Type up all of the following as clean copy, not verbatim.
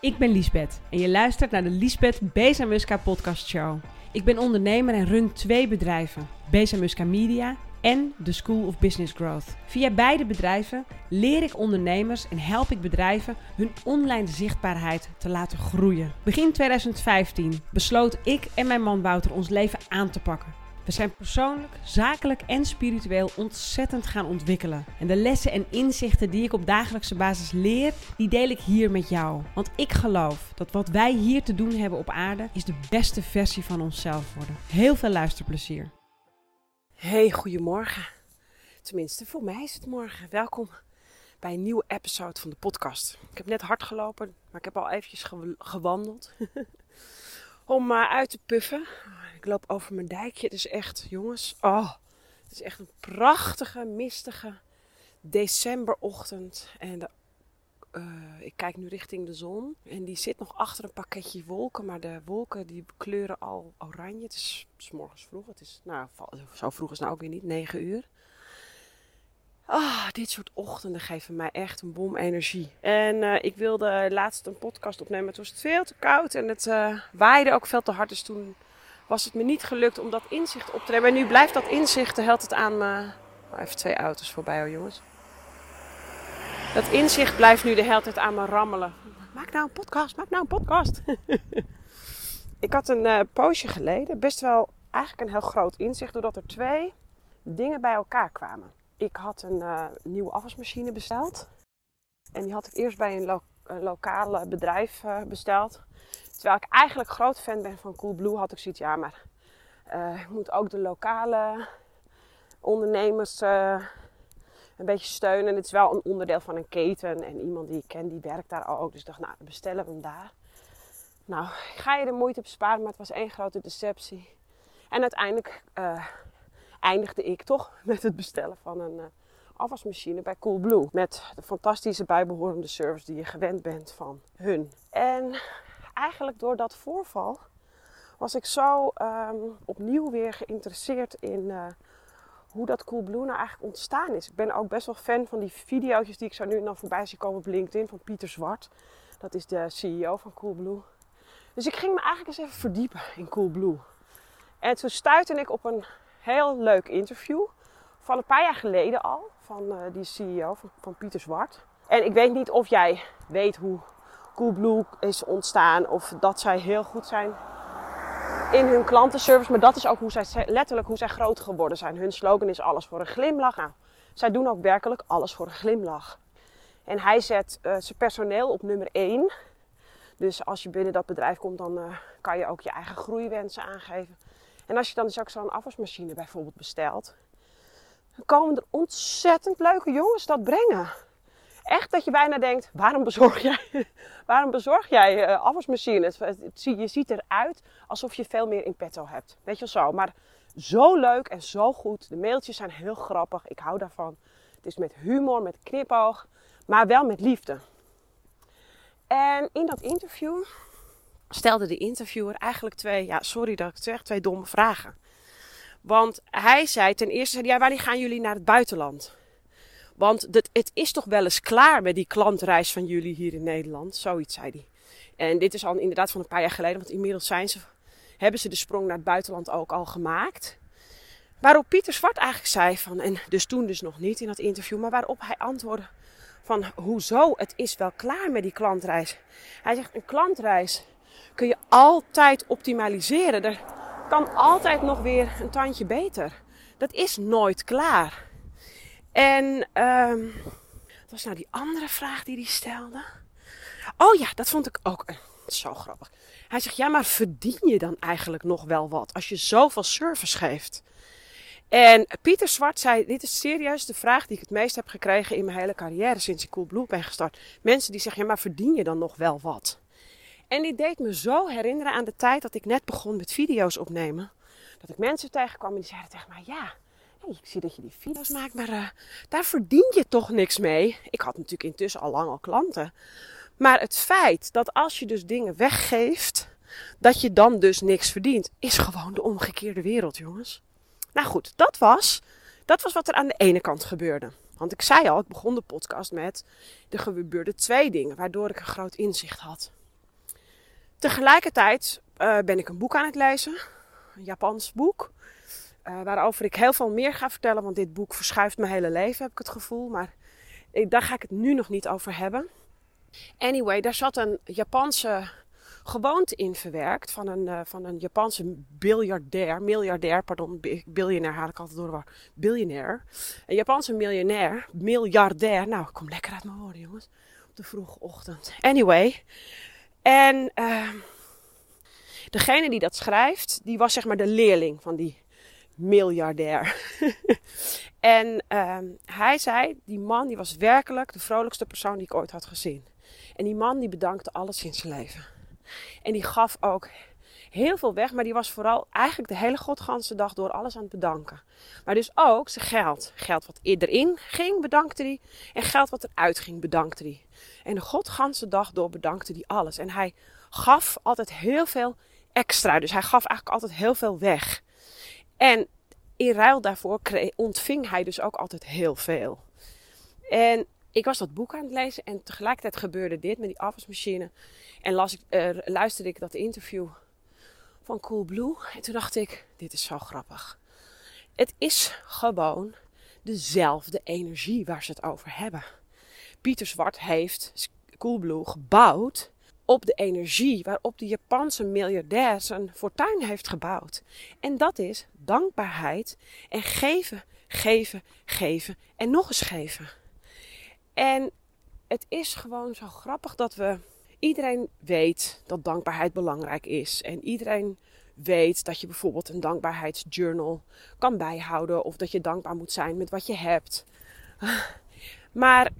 Ik ben Liesbeth en je luistert naar de Liesbeth Bezamuska podcast show. Ik ben ondernemer en run 2 bedrijven, Bezamuska Media en The School of Business Growth. Via beide bedrijven leer ik ondernemers en help ik bedrijven hun online zichtbaarheid te laten groeien. Begin 2015 besloot ik en mijn man Wouter ons leven aan te pakken. We zijn persoonlijk, zakelijk en spiritueel ontzettend gaan ontwikkelen. En de lessen en inzichten die ik op dagelijkse basis leer, die deel ik hier met jou. Want ik geloof dat wat wij hier te doen hebben op aarde, is de beste versie van onszelf worden. Heel veel luisterplezier. Hey, goedemorgen. Tenminste, voor mij is het morgen. Welkom bij een nieuwe episode van de podcast. Ik heb net hard gelopen, maar ik heb al eventjes gewandeld. Om uit te puffen. Ik loop over mijn dijkje. Het is echt, jongens, het is echt een prachtige, mistige decemberochtend. En ik kijk nu richting de zon. En die zit nog achter een pakketje wolken. Maar de wolken die kleuren al oranje. Het is 's morgens vroeg. Het is, zo vroeg is het nou ook weer niet, 9 uur. Dit soort ochtenden geven mij echt een bom energie. En ik wilde laatst een podcast opnemen. Het was veel te koud en het waaide ook veel te hard. Dus toen was het me niet gelukt om dat inzicht op te nemen. En nu blijft dat inzicht de hele tijd aan me. Even 2 auto's voorbij hoor, jongens. Dat inzicht blijft nu de hele tijd aan me rammelen. Maak nou een podcast. Ik had een poosje geleden best wel eigenlijk een heel groot inzicht. Doordat er 2 dingen bij elkaar kwamen. Ik had een nieuwe afwasmachine besteld. En die had ik eerst bij een lokaal bedrijf besteld. Terwijl ik eigenlijk groot fan ben van Coolblue, had ik zoiets, ja, maar ik moet ook de lokale ondernemers een beetje steunen. En het is wel een onderdeel van een keten. En iemand die ik ken, die werkt daar ook. Dus ik dacht, nou, dan bestellen we hem daar. Nou, ga je de moeite besparen, maar het was 1 grote deceptie. En uiteindelijk eindigde ik toch met het bestellen van een afwasmachine bij Coolblue. Met de fantastische bijbehorende service die je gewend bent van hun. En eigenlijk door dat voorval was ik zo opnieuw weer geïnteresseerd in hoe dat Coolblue nou eigenlijk ontstaan is. Ik ben ook best wel fan van die video's die ik zo nu en dan voorbij zie komen op LinkedIn van Pieter Zwart. Dat is de CEO van Coolblue. Dus ik ging me eigenlijk eens even verdiepen in Coolblue. En toen stuitte ik op een heel leuk interview van een paar jaar geleden al. Van die CEO van Pieter Zwart. En ik weet niet of jij weet hoe Coolblue is ontstaan. Of dat zij heel goed zijn in hun klantenservice. Maar dat is ook letterlijk hoe zij groot geworden zijn. Hun slogan is alles voor een glimlach. Nou, zij doen ook werkelijk alles voor een glimlach. En hij zet zijn personeel op nummer 1. Dus als je binnen dat bedrijf komt, dan kan je ook je eigen groeiwensen aangeven. En als je dan dus ook zo'n afwasmachine bijvoorbeeld bestelt, dan komen er ontzettend leuke jongens dat brengen. Echt dat je bijna denkt, waarom bezorg jij afwasmachines? Je ziet eruit alsof je veel meer in petto hebt. Weet je wel zo. Maar zo leuk en zo goed. De mailtjes zijn heel grappig. Ik hou daarvan. Het is met humor, met knipoog, maar wel met liefde. En in dat interview stelde de interviewer eigenlijk 2 domme vragen. Want hij zei ten eerste, wanneer gaan jullie naar het buitenland? Want het is toch wel eens klaar met die klantreis van jullie hier in Nederland? Zoiets zei hij. En dit is al inderdaad van een paar jaar geleden, want inmiddels hebben ze de sprong naar het buitenland ook al gemaakt. Waarop Pieter Zwart eigenlijk zei van, en dus toen dus nog niet in dat interview, maar waarop hij antwoordde van, hoezo, het is wel klaar met die klantreis. Hij zegt, een klantreis kun je altijd optimaliseren. Er kan altijd nog weer een tandje beter. Dat is nooit klaar. En wat was nou die andere vraag die hij stelde? Oh ja, dat vond ik ook zo grappig. Hij zegt, ja, maar verdien je dan eigenlijk nog wel wat als je zoveel service geeft? En Pieter Zwart zei, dit is serieus de vraag die ik het meest heb gekregen in mijn hele carrière sinds ik Coolblue ben gestart. Mensen die zeggen, ja, maar verdien je dan nog wel wat? En die deed me zo herinneren aan de tijd dat ik net begon met video's opnemen. Dat ik mensen tegenkwam en die zeiden tegen mij, ja, ik zie dat je die video's maakt, maar daar verdien je toch niks mee. Ik had natuurlijk intussen al lang al klanten. Maar het feit dat als je dus dingen weggeeft, dat je dan dus niks verdient, is gewoon de omgekeerde wereld, jongens. Nou goed, dat was wat er aan de ene kant gebeurde. Want ik zei al, ik begon de podcast met, er gebeurden 2 dingen, waardoor ik een groot inzicht had. Tegelijkertijd ben ik een boek aan het lezen. Een Japans boek. Waarover ik heel veel meer ga vertellen. Want dit boek verschuift mijn hele leven, heb ik het gevoel. Maar daar ga ik het nu nog niet over hebben. Anyway, daar zat een Japanse gewoonte in verwerkt. Van een Japanse biljonair haal ik altijd door de war. Biljonair. Een Japanse miljardair. Nou, ik kom lekker uit mijn woorden, jongens. Op de vroege ochtend. Anyway. En degene die dat schrijft, die was zeg maar de leerling van die miljardair. En hij zei, die man die was werkelijk de vrolijkste persoon die ik ooit had gezien. En die man die bedankte alles in zijn leven. En die gaf ook heel veel weg, maar die was vooral eigenlijk de hele godganse dag door alles aan het bedanken. Maar dus ook zijn geld. Geld wat erin ging, bedankte hij. En geld wat eruit ging, bedankte hij. En de godganse dag door bedankte hij alles. En hij gaf altijd heel veel extra. Dus hij gaf eigenlijk altijd heel veel weg. En in ruil daarvoor ontving hij dus ook altijd heel veel. En ik was dat boek aan het lezen en tegelijkertijd gebeurde dit met die afwasmachine. En luisterde ik dat interview van Coolblue. En toen dacht ik, dit is zo grappig. Het is gewoon dezelfde energie waar ze het over hebben. Pieter Zwart heeft Coolblue gebouwd op de energie waarop de Japanse miljardair zijn fortuin heeft gebouwd. En dat is dankbaarheid en geven, geven, geven en nog eens geven. En het is gewoon zo grappig dat iedereen weet dat dankbaarheid belangrijk is. En iedereen weet dat je bijvoorbeeld een dankbaarheidsjournal kan bijhouden. Of dat je dankbaar moet zijn met wat je hebt. Maar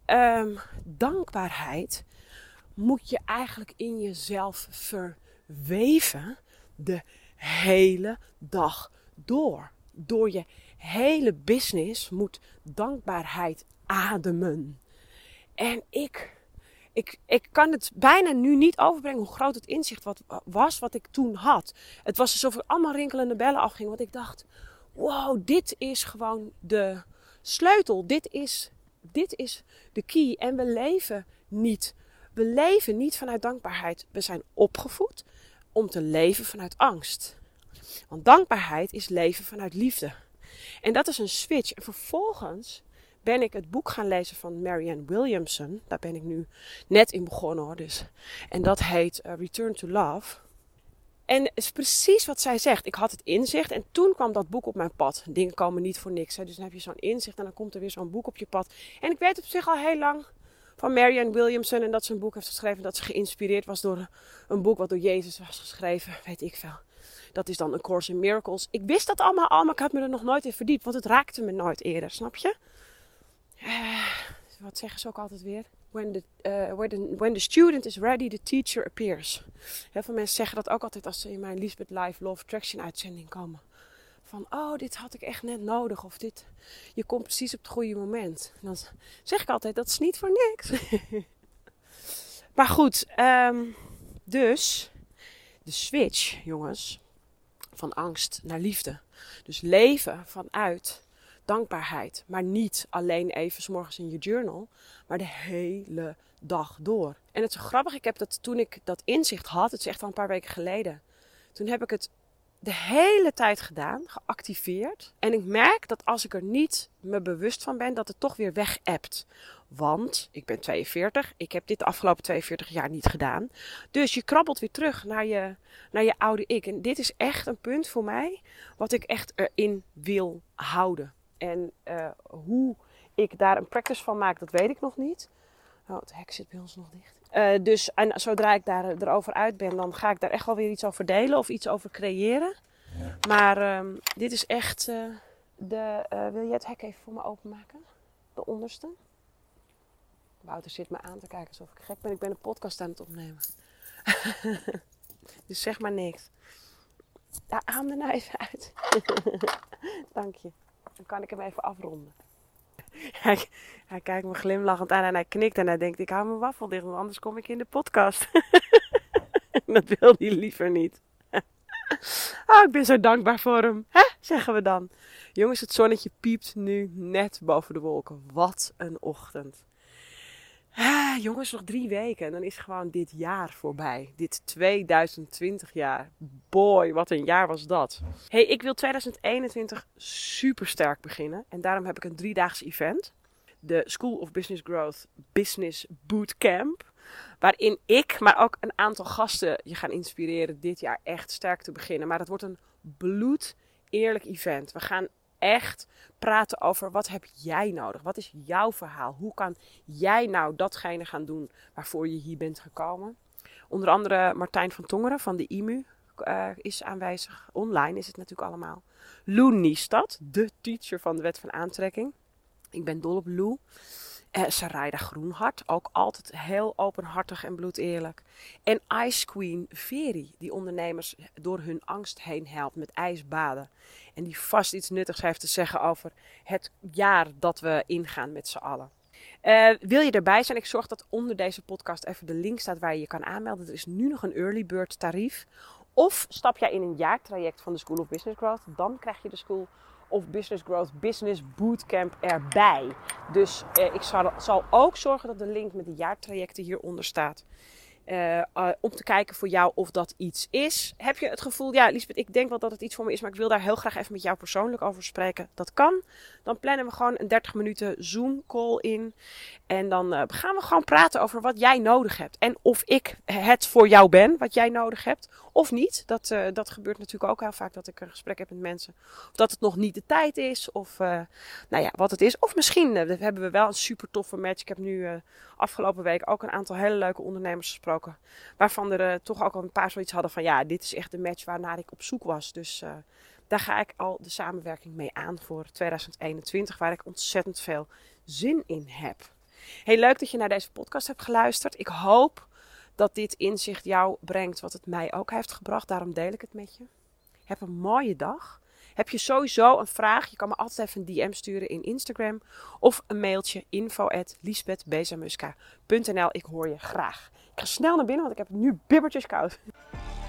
dankbaarheid moet je eigenlijk in jezelf verweven de hele dag door. Door je hele business moet dankbaarheid ademen. En ik kan het bijna nu niet overbrengen hoe groot het inzicht wat ik toen had. Het was alsof er allemaal rinkelende bellen afgingen. Want ik dacht, wow, dit is gewoon de sleutel. Dit is de key. En we leven niet vanuit dankbaarheid. We zijn opgevoed om te leven vanuit angst. Want dankbaarheid is leven vanuit liefde. En dat is een switch. En vervolgens ben ik het boek gaan lezen van Marianne Williamson. Daar ben ik nu net in begonnen hoor. Dus. En dat heet Return to Love. En het is precies wat zij zegt. Ik had het inzicht en toen kwam dat boek op mijn pad. Dingen komen niet voor niks. Hè. Dus dan heb je zo'n inzicht en dan komt er weer zo'n boek op je pad. En ik weet op zich al heel lang van Marianne Williamson. En dat ze een boek heeft geschreven dat ze geïnspireerd was door een boek wat door Jezus was geschreven. Weet ik veel. Dat is dan A Course in Miracles. Ik wist dat allemaal al, maar ik had me er nog nooit in verdiept. Want het raakte me nooit eerder, snap je? Wat zeggen ze ook altijd weer? When the student is ready, the teacher appears. Heel veel mensen zeggen dat ook altijd als ze in mijn Lisbeth Live Law of Attraction uitzending komen. Van, oh, dit had ik echt net nodig. Of dit, je komt precies op het goede moment. En dan zeg ik altijd, dat is niet voor niks. Maar goed, dus de switch, jongens, van angst naar liefde. Dus leven vanuit dankbaarheid. Maar niet alleen even 's morgens in je journal, maar de hele dag door. En het is zo grappig, ik heb dat toen ik dat inzicht had, het is echt al een paar weken geleden. Toen heb ik het de hele tijd gedaan, geactiveerd. En ik merk dat als ik er niet me bewust van ben, dat het toch weer weg appt. Want ik ben 42, ik heb dit de afgelopen 42 jaar niet gedaan. Dus je krabbelt weer terug naar je oude ik. En dit is echt een punt voor mij, wat ik echt erin wil houden. En hoe ik daar een practice van maak, dat weet ik nog niet. Oh, het hek zit bij ons nog dicht. Dus en zodra ik erover uit ben, dan ga ik daar echt wel weer iets over delen of iets over creëren. Ja. Maar dit is echt wil jij het hek even voor me openmaken? De onderste. Wouter zit me aan te kijken alsof ik gek ben. Ik ben een podcast aan het opnemen. Dus zeg maar niks. Ja, haal hem er nou even uit. Dank je. Dan kan ik hem even afronden. Hij kijkt me glimlachend aan en hij knikt en hij denkt, ik hou mijn waffel dicht, want anders kom ik in de podcast. Dat wil hij liever niet. Oh, ik ben zo dankbaar voor hem. Hè? Zeggen we dan. Jongens, het zonnetje piept nu net boven de wolken. Wat een ochtend. Jongens, nog 3 weken en dan is gewoon dit jaar voorbij. Dit 2020 jaar. Boy, wat een jaar was dat. Hey, ik wil 2021 super sterk beginnen. En daarom heb ik een 3-daags event. De School of Business Growth Business Bootcamp. Waarin ik, maar ook een aantal gasten je gaan inspireren dit jaar echt sterk te beginnen. Maar het wordt een bloed eerlijk event. We gaan echt praten over wat heb jij nodig? Wat is jouw verhaal? Hoe kan jij nou datgene gaan doen waarvoor je hier bent gekomen? Onder andere Martijn van Tongeren van de IMU is aanwezig. Online is het natuurlijk allemaal. Lou Niestad, de teacher van de wet van aantrekking. Ik ben dol op Lou. Sarayda Groenhart, ook altijd heel openhartig en bloedeerlijk. En Ice Queen Veri, die ondernemers door hun angst heen helpt met ijsbaden. En die vast iets nuttigs heeft te zeggen over het jaar dat we ingaan met z'n allen. Wil je erbij zijn? Ik zorg dat onder deze podcast even de link staat waar je je kan aanmelden. Er is nu nog een early bird tarief. Of stap jij in een jaartraject van de School of Business Growth, dan krijg je de School of Business Growth Business Bootcamp erbij. Dus ik zal ook zorgen dat de link met de jaartrajecten hieronder staat. Om te kijken voor jou of dat iets is. Heb je het gevoel, ja Liesbeth, ik denk wel dat het iets voor me is, maar ik wil daar heel graag even met jou persoonlijk over spreken. Dat kan. Dan plannen we gewoon een 30 minuten Zoom call in. En dan gaan we gewoon praten over wat jij nodig hebt. En of ik het voor jou ben, wat jij nodig hebt. Of niet. Dat gebeurt natuurlijk ook heel vaak dat ik een gesprek heb met mensen. Of dat het nog niet de tijd is. Of wat het is. Of misschien hebben we wel een super toffe match. Ik heb nu afgelopen week ook een aantal hele leuke ondernemers gesproken. Waarvan er toch ook al een paar zoiets hadden van ja, dit is echt de match waarnaar ik op zoek was. Dus daar ga ik al de samenwerking mee aan voor 2021. Waar ik ontzettend veel zin in heb. Heel leuk dat je naar deze podcast hebt geluisterd. Ik hoop dat dit inzicht jou brengt wat het mij ook heeft gebracht. Daarom deel ik het met je. Heb een mooie dag. Heb je sowieso een vraag? Je kan me altijd even een DM sturen in Instagram. Of een mailtje info@liesbethbezamuska.nl. Ik hoor je graag. Ik ga snel naar binnen, want ik heb nu bibbertjes koud.